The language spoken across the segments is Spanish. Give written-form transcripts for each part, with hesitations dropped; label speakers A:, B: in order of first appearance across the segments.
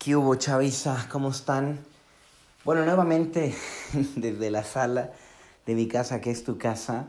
A: ¿Qué hubo, chaviza? ¿Cómo están? Bueno, nuevamente desde la sala de mi casa, que es tu casa.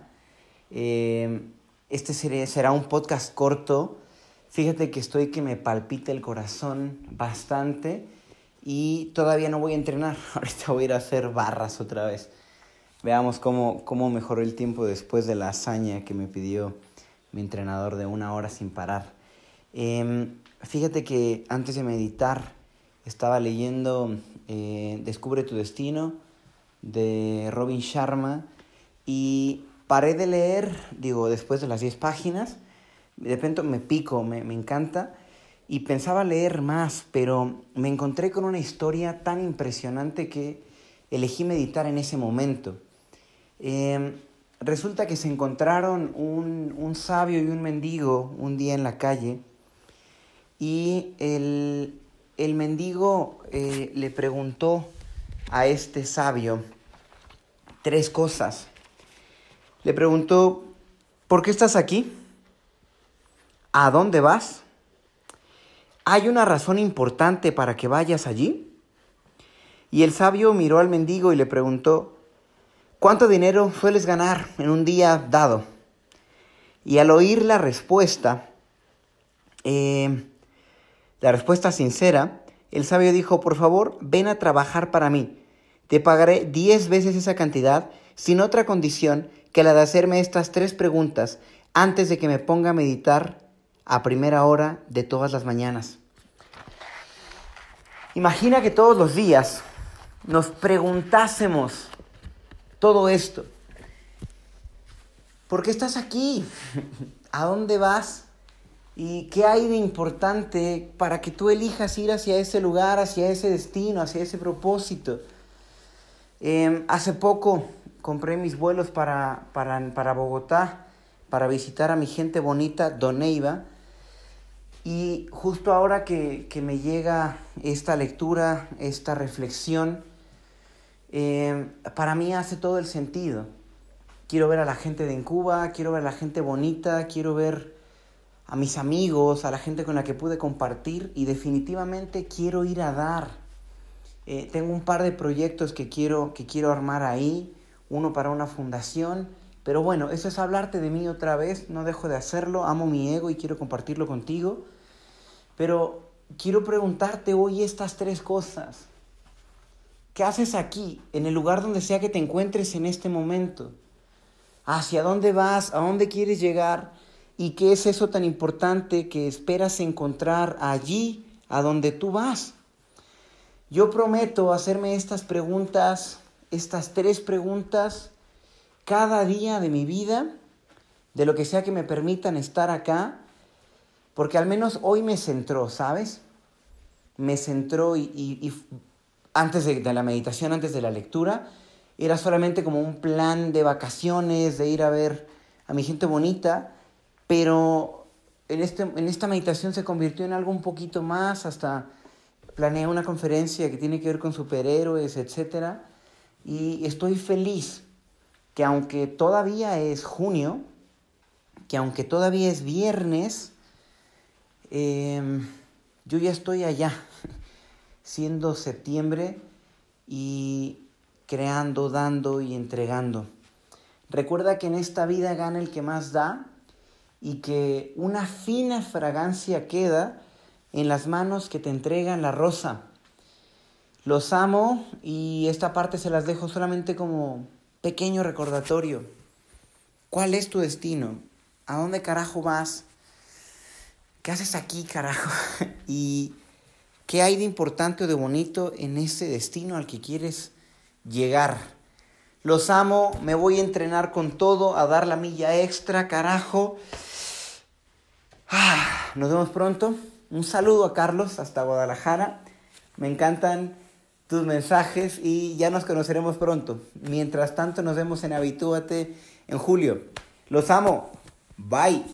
A: Este será un podcast corto. Fíjate que estoy que me palpita el corazón bastante y todavía no voy a entrenar. Ahorita voy a ir a hacer barras otra vez. Veamos cómo mejoró el tiempo después de la hazaña que me pidió mi entrenador de 1 hora sin parar. Fíjate que antes de meditar estaba leyendo Descubre tu destino de Robin Sharma y paré de leer, después de las 10 páginas, de repente me pico, me encanta y pensaba leer más, pero me encontré con una historia tan impresionante que elegí meditar en ese momento. Resulta que se encontraron un sabio y un mendigo un día en la calle y el mendigo le preguntó a este sabio 3 cosas. Le preguntó, ¿por qué estás aquí? ¿A dónde vas? ¿Hay una razón importante para que vayas allí? Y el sabio miró al mendigo y le preguntó, ¿cuánto dinero sueles ganar en un día dado? Y al oír la respuesta sincera, el sabio dijo, por favor, ven a trabajar para mí. Te pagaré 10 veces esa cantidad, sin otra condición que la de hacerme estas 3 preguntas antes de que me ponga a meditar a primera hora de todas las mañanas. Imagina que todos los días nos preguntásemos todo esto. ¿Por qué estás aquí? ¿A dónde vas? ¿Y qué hay de importante para que tú elijas ir hacia ese lugar, hacia ese destino, hacia ese propósito? Hace poco compré mis vuelos para Bogotá, para visitar a mi gente bonita, Doneiva. Y justo ahora que me llega esta lectura, esta reflexión, para mí hace todo el sentido. Quiero ver a la gente de Cuba, quiero ver a la gente bonita, quiero ver a mis amigos, a la gente con la que pude compartir y definitivamente quiero ir a dar. Tengo un par de proyectos que quiero armar ahí, uno para una fundación, pero bueno, eso es hablarte de mí otra vez, no dejo de hacerlo, amo mi ego y quiero compartirlo contigo, pero quiero preguntarte hoy estas 3 cosas. ¿Qué haces aquí, en el lugar donde sea que te encuentres en este momento? ¿Hacia dónde vas? ¿A dónde quieres llegar? ¿Y qué es eso tan importante que esperas encontrar allí, a donde tú vas? Yo prometo hacerme estas preguntas, estas 3 preguntas, cada día de mi vida, de lo que sea que me permitan estar acá, porque al menos hoy me centró, ¿sabes? Me centró y antes de la meditación, antes de la lectura, era solamente como un plan de vacaciones, de ir a ver a mi gente bonita, pero en esta meditación se convirtió en algo un poquito más, hasta planeé una conferencia que tiene que ver con superhéroes, etc. Y estoy feliz que aunque todavía es junio, que aunque todavía es viernes, yo ya estoy allá, siendo septiembre y creando, dando y entregando. Recuerda que en esta vida gana el que más da y que una fina fragancia queda en las manos que te entregan la rosa. Los amo y esta parte se las dejo solamente como pequeño recordatorio. ¿Cuál es tu destino? ¿A dónde carajo vas? ¿Qué haces aquí, carajo? ¿Y qué hay de importante o de bonito en ese destino al que quieres llegar? Los amo, me voy a entrenar con todo, a dar la milla extra, carajo. Nos vemos pronto. Un saludo a Carlos hasta Guadalajara. Me encantan tus mensajes y ya nos conoceremos pronto. Mientras tanto, nos vemos en Habitúate en julio. Los amo. Bye.